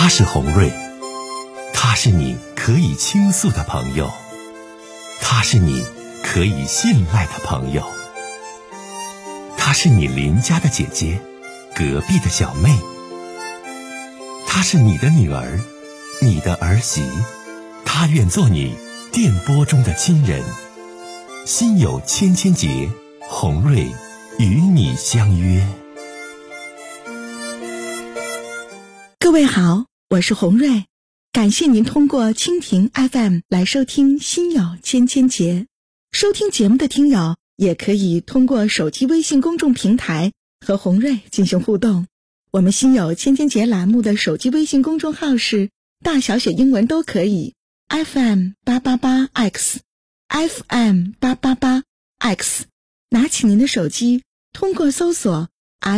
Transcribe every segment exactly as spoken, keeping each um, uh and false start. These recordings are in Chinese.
他是洪瑞，他是你可以倾诉的朋友，他是你可以信赖的朋友，她是你邻家的姐姐，隔壁的小妹，她是你的女儿，你的儿媳，她愿做你电波中的亲人。心有千千结，洪瑞与你相约。 各位好，我是洪瑞，感谢您通过蜻蜓 F M 来收听心有千千结。收听节目的听友也可以通过手机微信公众平台和洪瑞进行互动。我们心有千千结栏目的手机微信公众号是大小写英文都可以 F M 八八八 X F M 八八八 X， 拿起您的手机，通过搜索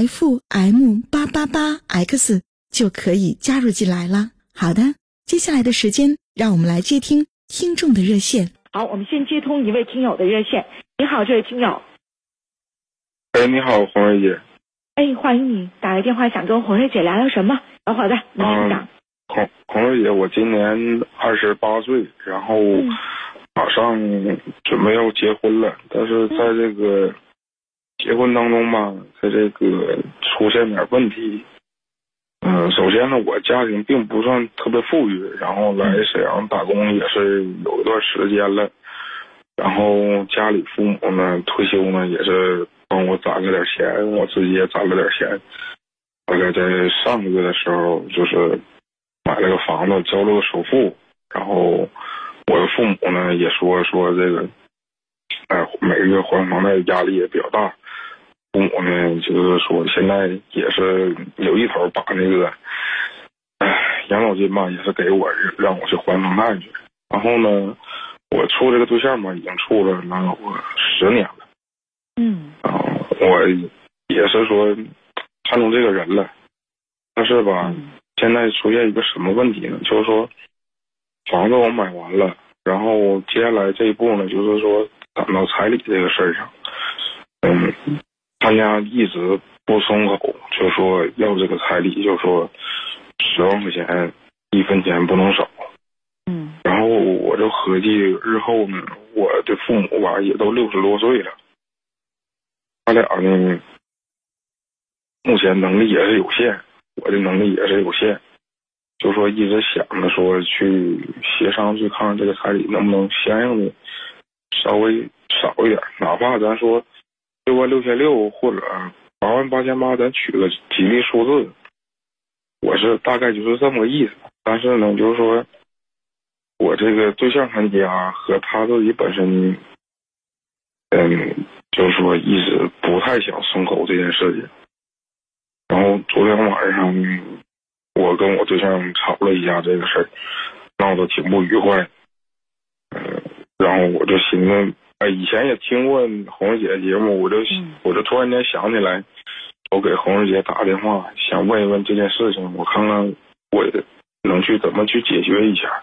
F M 八八八 X 就可以加入进来了。好的，接下来的时间让我们来接听听众的热线。 好，我们先接通一位听友的热线。你好，这位听友。 哎，你好，洪瑞姐。 哎，欢迎你打来电话，想跟洪瑞姐聊聊什么？小伙子，你请讲。 洪洪瑞姐，我今年二十八岁，然后马上准备要结婚了，但是在这个结婚当中吧，在这个出现点问题。嗯、呃，首先呢，我家庭并不算特别富裕，然后来沈阳打工也是有一段时间了，然后家里父母呢退休呢也是帮我攒了点钱，我自己也攒了点钱，大概在上个月的时候就是买了个房子，交了个首付，然后我的父母呢也说说这个，哎、呃，每个月还房贷压力也比较大。父母呢，就是说现在也是有一头把那个，哎，养老金吧，也是给我让我去还房贷去。然后呢，我处这个对象吧，已经处了能有十年了。 嗯。 然后我也是说看中这个人了，但是吧，嗯、现在出现一个什么问题呢？就是说房子我买完了，然后接下来这一步呢，就是说赶到彩礼这个事儿上，嗯。他家一直不松口，就说要这个彩礼，就说十万块钱，一分钱不能少。 嗯， 然后我就合计，日后呢，我的父母吧也都六十多岁了，他俩呢，目前能力也是有限，我的能力也是有限，就说一直想着说去协商，去看看这个彩礼能不能相应的稍微少一点，哪怕咱说。六万六千六或者八万八千八，咱取个吉利数字，我是大概就是这么个意思。但是呢，就是说我这个对象他家和他自己本身，嗯，就是说一直不太想松口这件事情。然后昨天晚上，我跟我对象吵了一下这个事儿，闹得挺不愉快。嗯，然后我就寻思。哎，以前也听过洪瑞姐的节目，我就、嗯、我就突然间想起来，我给洪瑞姐打个电话，想问一问这件事情，我看看我能去怎么去解决一下。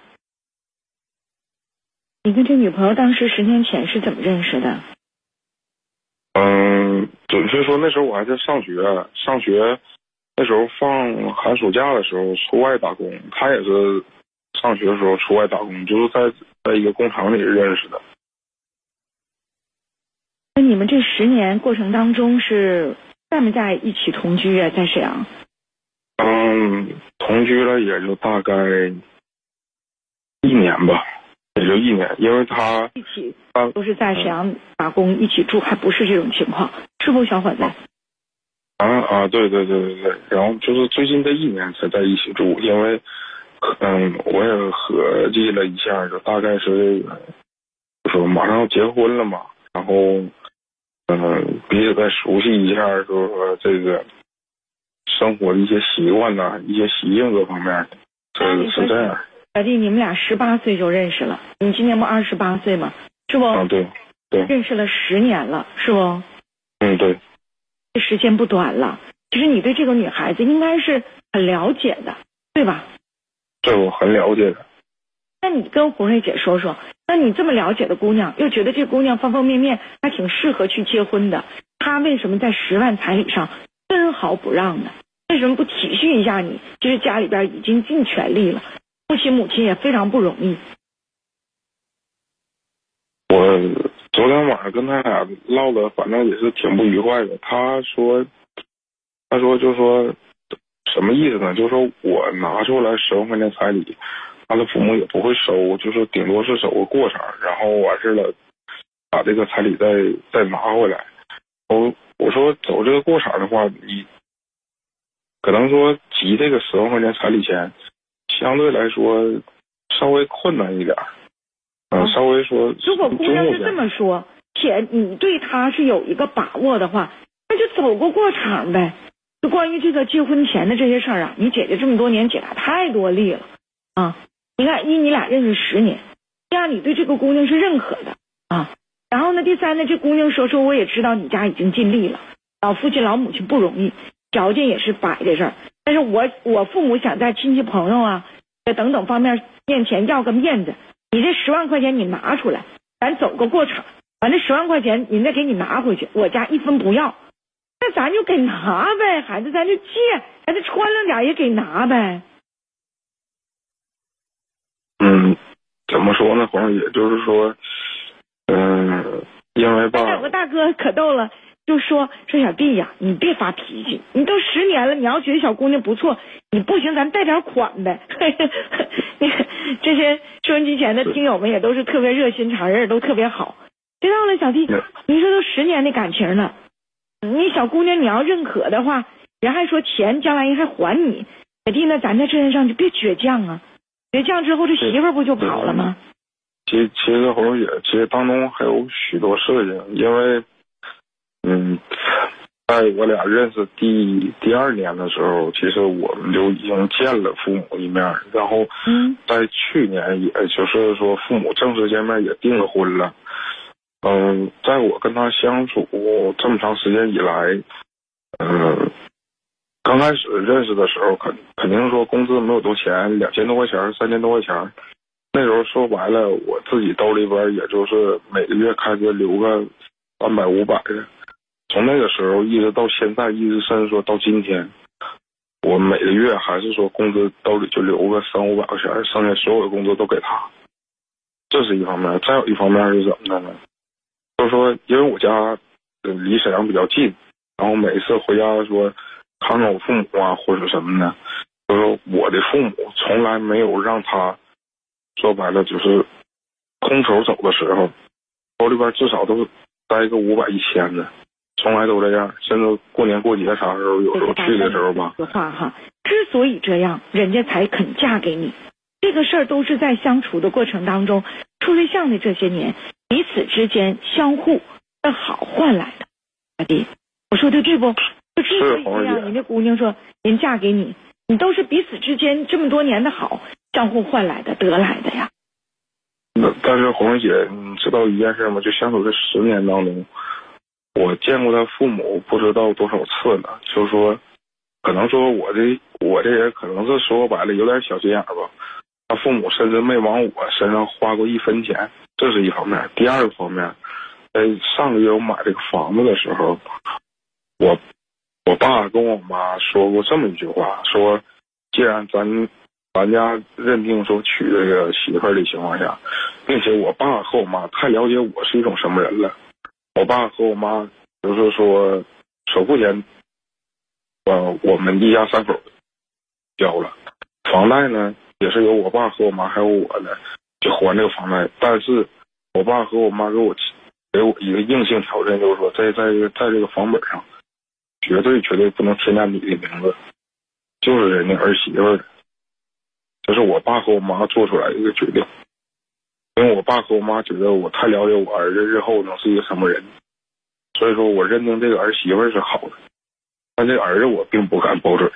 你跟这女朋友当时十年前是怎么认识的？ 嗯，准确说那时候我还在上学，上学那时候放寒暑假的时候出外打工，她也是上学的时候出外打工，就是在在一个工厂里认识的。 那你们这十年过程当中是在没在一起同居啊？在沈阳？ 嗯，同居了也就大概一年吧，也就一年，因为他一起都是在沈阳打工，一起住，还不是这种情况，是不，小伙子？ 啊啊，对对对对对，然后就是最近这一年才在一起住，因为嗯，我也合计了一下，就大概是这个，就说马上要结婚了嘛，然后。嗯，彼此再熟悉一下，就是说这个生活的一些习惯呐、一些习性各方面，是是这样。 小弟，你们俩十八岁就认识了，你今年不二十八岁吗？是不？ 啊，对对。 认识了十年了，是不？ 嗯，对。 这时间不短了。其实你对这个女孩子应该是很了解的，对吧？ 对，我很了解的。 那你跟洪瑞姐说说，那你这么了解的姑娘，又觉得这姑娘方方面面还挺适合去结婚的，她为什么在十万彩礼上分毫不让呢？ 为什么不体恤一下你？其实家里边已经尽全力了，父亲母亲也非常不容易。 我昨天晚上跟他俩唠的，反正也是挺不愉快的。他说，他说就说什么意思呢？就是说我拿出来十万块钱彩礼，他的父母也不会收，就是顶多是走个过场，然后完事了，把这个彩礼再再拿回来。我我说走这个过场的话，你可能说集这个十万块钱彩礼钱，相对来说稍微困难一点。嗯，稍微说， 如果姑娘是这么说，且你对她是有一个把握的话，那就走过过场呗。就关于这个结婚前的这些事儿啊，你姐姐这么多年姐俩太多例了啊。你看，一你俩认识十年，第二你对这个姑娘是认可的啊。然后呢，第三呢，这姑娘说说我也知道你家已经尽力了，老父亲老母亲不容易，条件也是摆在这儿。但是我我父母想在亲戚朋友啊等等方面面前要个面子。你这十万块钱你拿出来，咱走个过场，完这十万块钱人家给你拿回去，我家一分不要，那咱就给拿呗，孩子咱就借，咱就穿了点也给拿呗。 嗯，怎么说呢，黄也就是说，嗯、呃，因为吧， 有个大哥可逗了，就说说小弟呀，你别发脾气，你都十年了，你要觉得小姑娘不错，你不行咱贷点款呗。那个这些收音机前的听友们也都是特别热心肠，人都特别好。知道了，小弟，你说都十年的感情了，你小姑娘你要认可的话，人还说钱将来人还还你，小弟呢，咱在这上就别倔强啊，倔强之后这媳妇儿不就跑了吗？ 其实其实红姐，其实当中还有许多事情，因为嗯，在我俩认识第第二年的时候，其实我们就已经见了父母一面，然后在去年也就是说父母正式见面也订了婚了。嗯，在我跟他相处这么长时间以来，嗯，刚开始认识的时候肯肯定说工资没有多钱，两千多块钱，三千多块钱。那时候说白了，我自己兜里边也就是每个月开支留个三百五百的。从那个时候一直到现在，一直甚至说到今天，我每个月还是说工资兜里就留个三五百块钱，剩下所有的工资都给他。这是一方面，再有一方面是怎么的呢？就是说，因为我家离沈阳比较近，然后每次回家说看看我父母啊，或者什么的，就是说我的父母从来没有让他说白了就是空手走的时候，兜里边至少都带个五百一千的。从来都这样，甚至过年过节啥时候，有时候去的时候吧。 这个话哈，之所以这样，人家才肯嫁给你，这个事儿都是在相处的过程当中，处对象的这些年，彼此之间相互的好换来的。小弟，我说的对不？就之所以这样，人家姑娘说人嫁给你，你都是彼此之间这么多年的好，相互换来的，得来的呀。 那但是红姐，你知道一件事吗？就相处这十年当中。我见过他父母不知道多少次了，就是说，可能说我这我这人可能是说白了有点小心眼吧，他父母甚至没往我身上花过一分钱，这是一方面。第二个方面，在上个月我买这个房子的时候，我我爸跟我妈说过这么一句话，说既然咱咱家认定说娶这个媳妇儿的情况下，并且我爸和我妈太了解我是一种什么人了。我爸和我妈就是说，首付钱，呃，我们一家三口交了，房贷呢也是由我爸和我妈还有我的去还这个房贷。但是我爸和我妈给我给我一个硬性条件，就是说，在在在这个房本上，绝对绝对不能添加你的名字，就是人家儿媳妇的。这是我爸和我妈做出来的一个决定。因为我爸和我妈觉得我太了解我儿子日后能是一个什么人，所以说我认定这个儿媳妇是好的，但这个儿子我并不敢保准。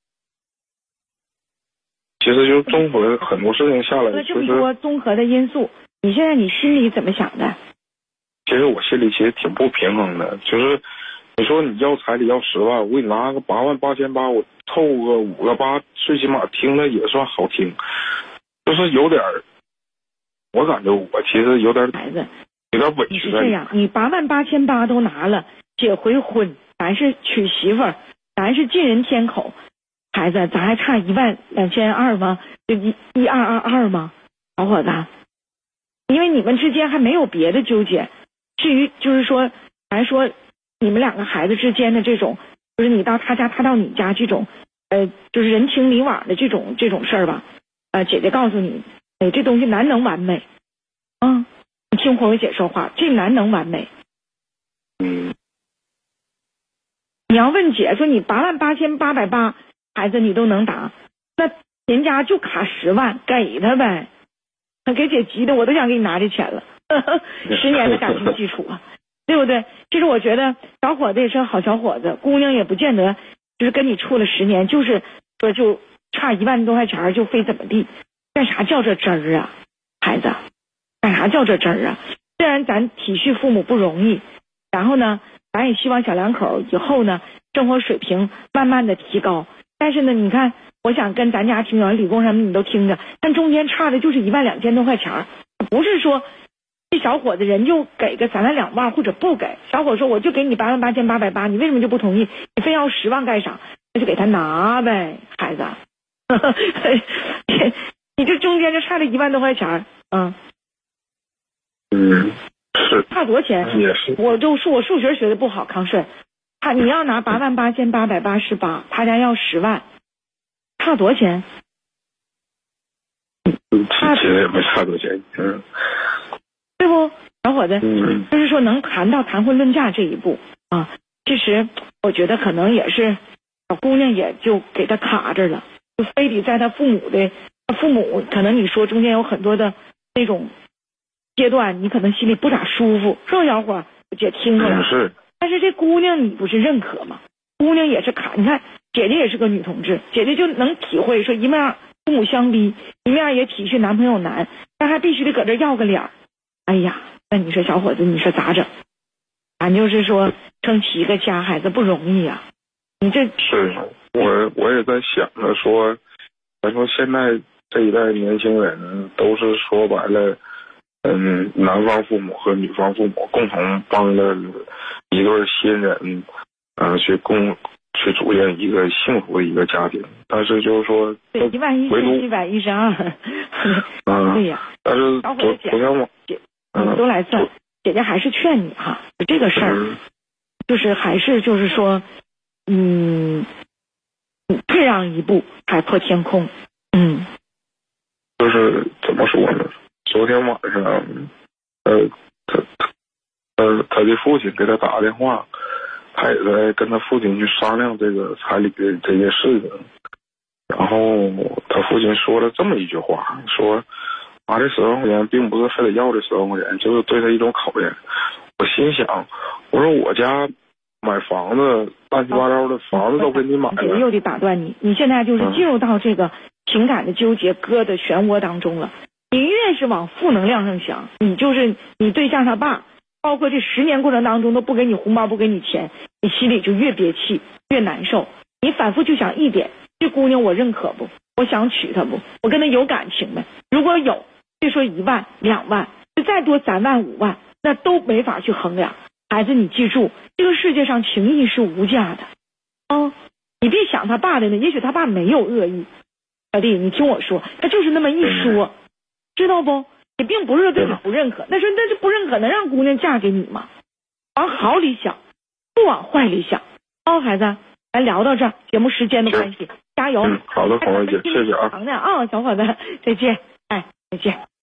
其实就综合很多事情下来， 那这么多综合的因素，你现在你心里怎么想的？ 其实我心里其实挺不平衡的，就是你说你要彩礼要十万，我给你拿个八万八千八，我凑个五个八，最起码听着也算好听，就是有点。我感觉我其实有点孩子， 有点委屈。 你是这样，你八万八千八都拿了，结回婚，咱是娶媳妇儿， 咱是尽人天口，孩子，咱还差一万两千二吗？就一一二二二吗？小伙子，因为你们之间还没有别的纠结。至于就是说，咱说你们两个孩子之间的这种，就是你到他家，他到你家这种，呃，就是人情礼往的这种这种事儿吧，呃，姐姐告诉你，哎，这东西难能完美，啊，你听红姐说话，这难能完美。 嗯， 你要问姐说你八万八千八百八，孩子你都能打，那人家就卡十万，给他呗。给姐急的我都想给你拿这钱了，呵呵，十年的感情基础啊，对不对？其实我觉得小伙子也是个好小伙子，姑娘也不见得就是跟你处了十年，就是说就差一万多块钱就非怎么地，干啥叫这真儿啊，孩子，干啥叫这真儿啊？虽然咱体恤父母不容易，然后呢，咱也希望小两口以后呢生活水平慢慢的提高，但是呢，你看。我想跟咱家听友理工什么你都听着，但中间差的就是一万两千多块钱，不是说这小伙子人就给个三万两万或者不给。小伙说我就给你八万八千八百八，你为什么就不同意？你非要十万干啥？那就给他拿呗，孩子。你这中间就差了一万多块钱，嗯， 嗯，是差多少钱？ 也是， 我就数我数学学的不好，康顺，他你要拿八万八千八百八十八，他家要十万。差多少钱？ 差其实也没差多少钱，嗯， 对不，小伙子， 嗯， 就是说能谈到谈婚论嫁这一步啊，其实我觉得可能也是小姑娘也就给他卡着了，就非得在他父母的父母，可能你说中间有很多的那种阶段，你可能心里不咋舒服，是不是小伙？姐听出来了， 是， 但是这姑娘你不是认可吗？姑娘也是卡，你看。姐姐也是个女同志，姐姐就能体会说一面父母相逼，一面也体恤男朋友难，但还必须得搁这要个脸儿。哎呀，那你说小伙子，你说咋整？俺就是说撑起一个家，孩子不容易呀、啊。你这是我我也在想着说，咱说现在这一代年轻人都是说白了，嗯，男方父母和女方父母共同帮着一对新人，嗯、呃，去共。去组建一个幸福的一个家庭，但是就是说， 对，一万一千七百一十二， 嗯， 对呀。 但是小伙子姐，姐， 嗯， 都来算，姐姐还是劝你哈，这个事儿， 嗯、 就是还是就是说，嗯，退让一步，海阔天空，嗯， 就是怎么说呢？昨天晚上，呃，他他呃他的父亲给他打电话。他也在跟他父亲去商量这个彩礼的这些事情，然后他父亲说了这么一句话，说拿这十万块钱并不是非得要这十万块钱，就是对他一种考验。我心想，我说我家买房子乱七八糟的房子都给你买了， 又得打断你，你现在就是进入到这个情感的纠结疙瘩漩涡当中了。你越是往负能量上想，你就是你对象他爸。包括这十年过程当中都不给你红包不给你钱，你心里就越憋气越难受。你反复就想一点，这姑娘我认可不？我想娶她不？我跟她有感情没？如果有，别说一万两万，就再多三万五万，那都没法去衡量。孩子，你记住，这个世界上情义是无价的啊！你别想他爸的呢，也许他爸没有恶意。小弟，你听我说，他就是那么一说，知道不？也并不是说对你不认可，那说那就不认可，能让姑娘嫁给你吗？往好里想，不往坏里想。哦，孩子，咱聊到这儿，节目时间的关系，加油！ 嗯，好的，红儿姐，谢谢啊。 长的啊，小伙子，再见，哎，再见。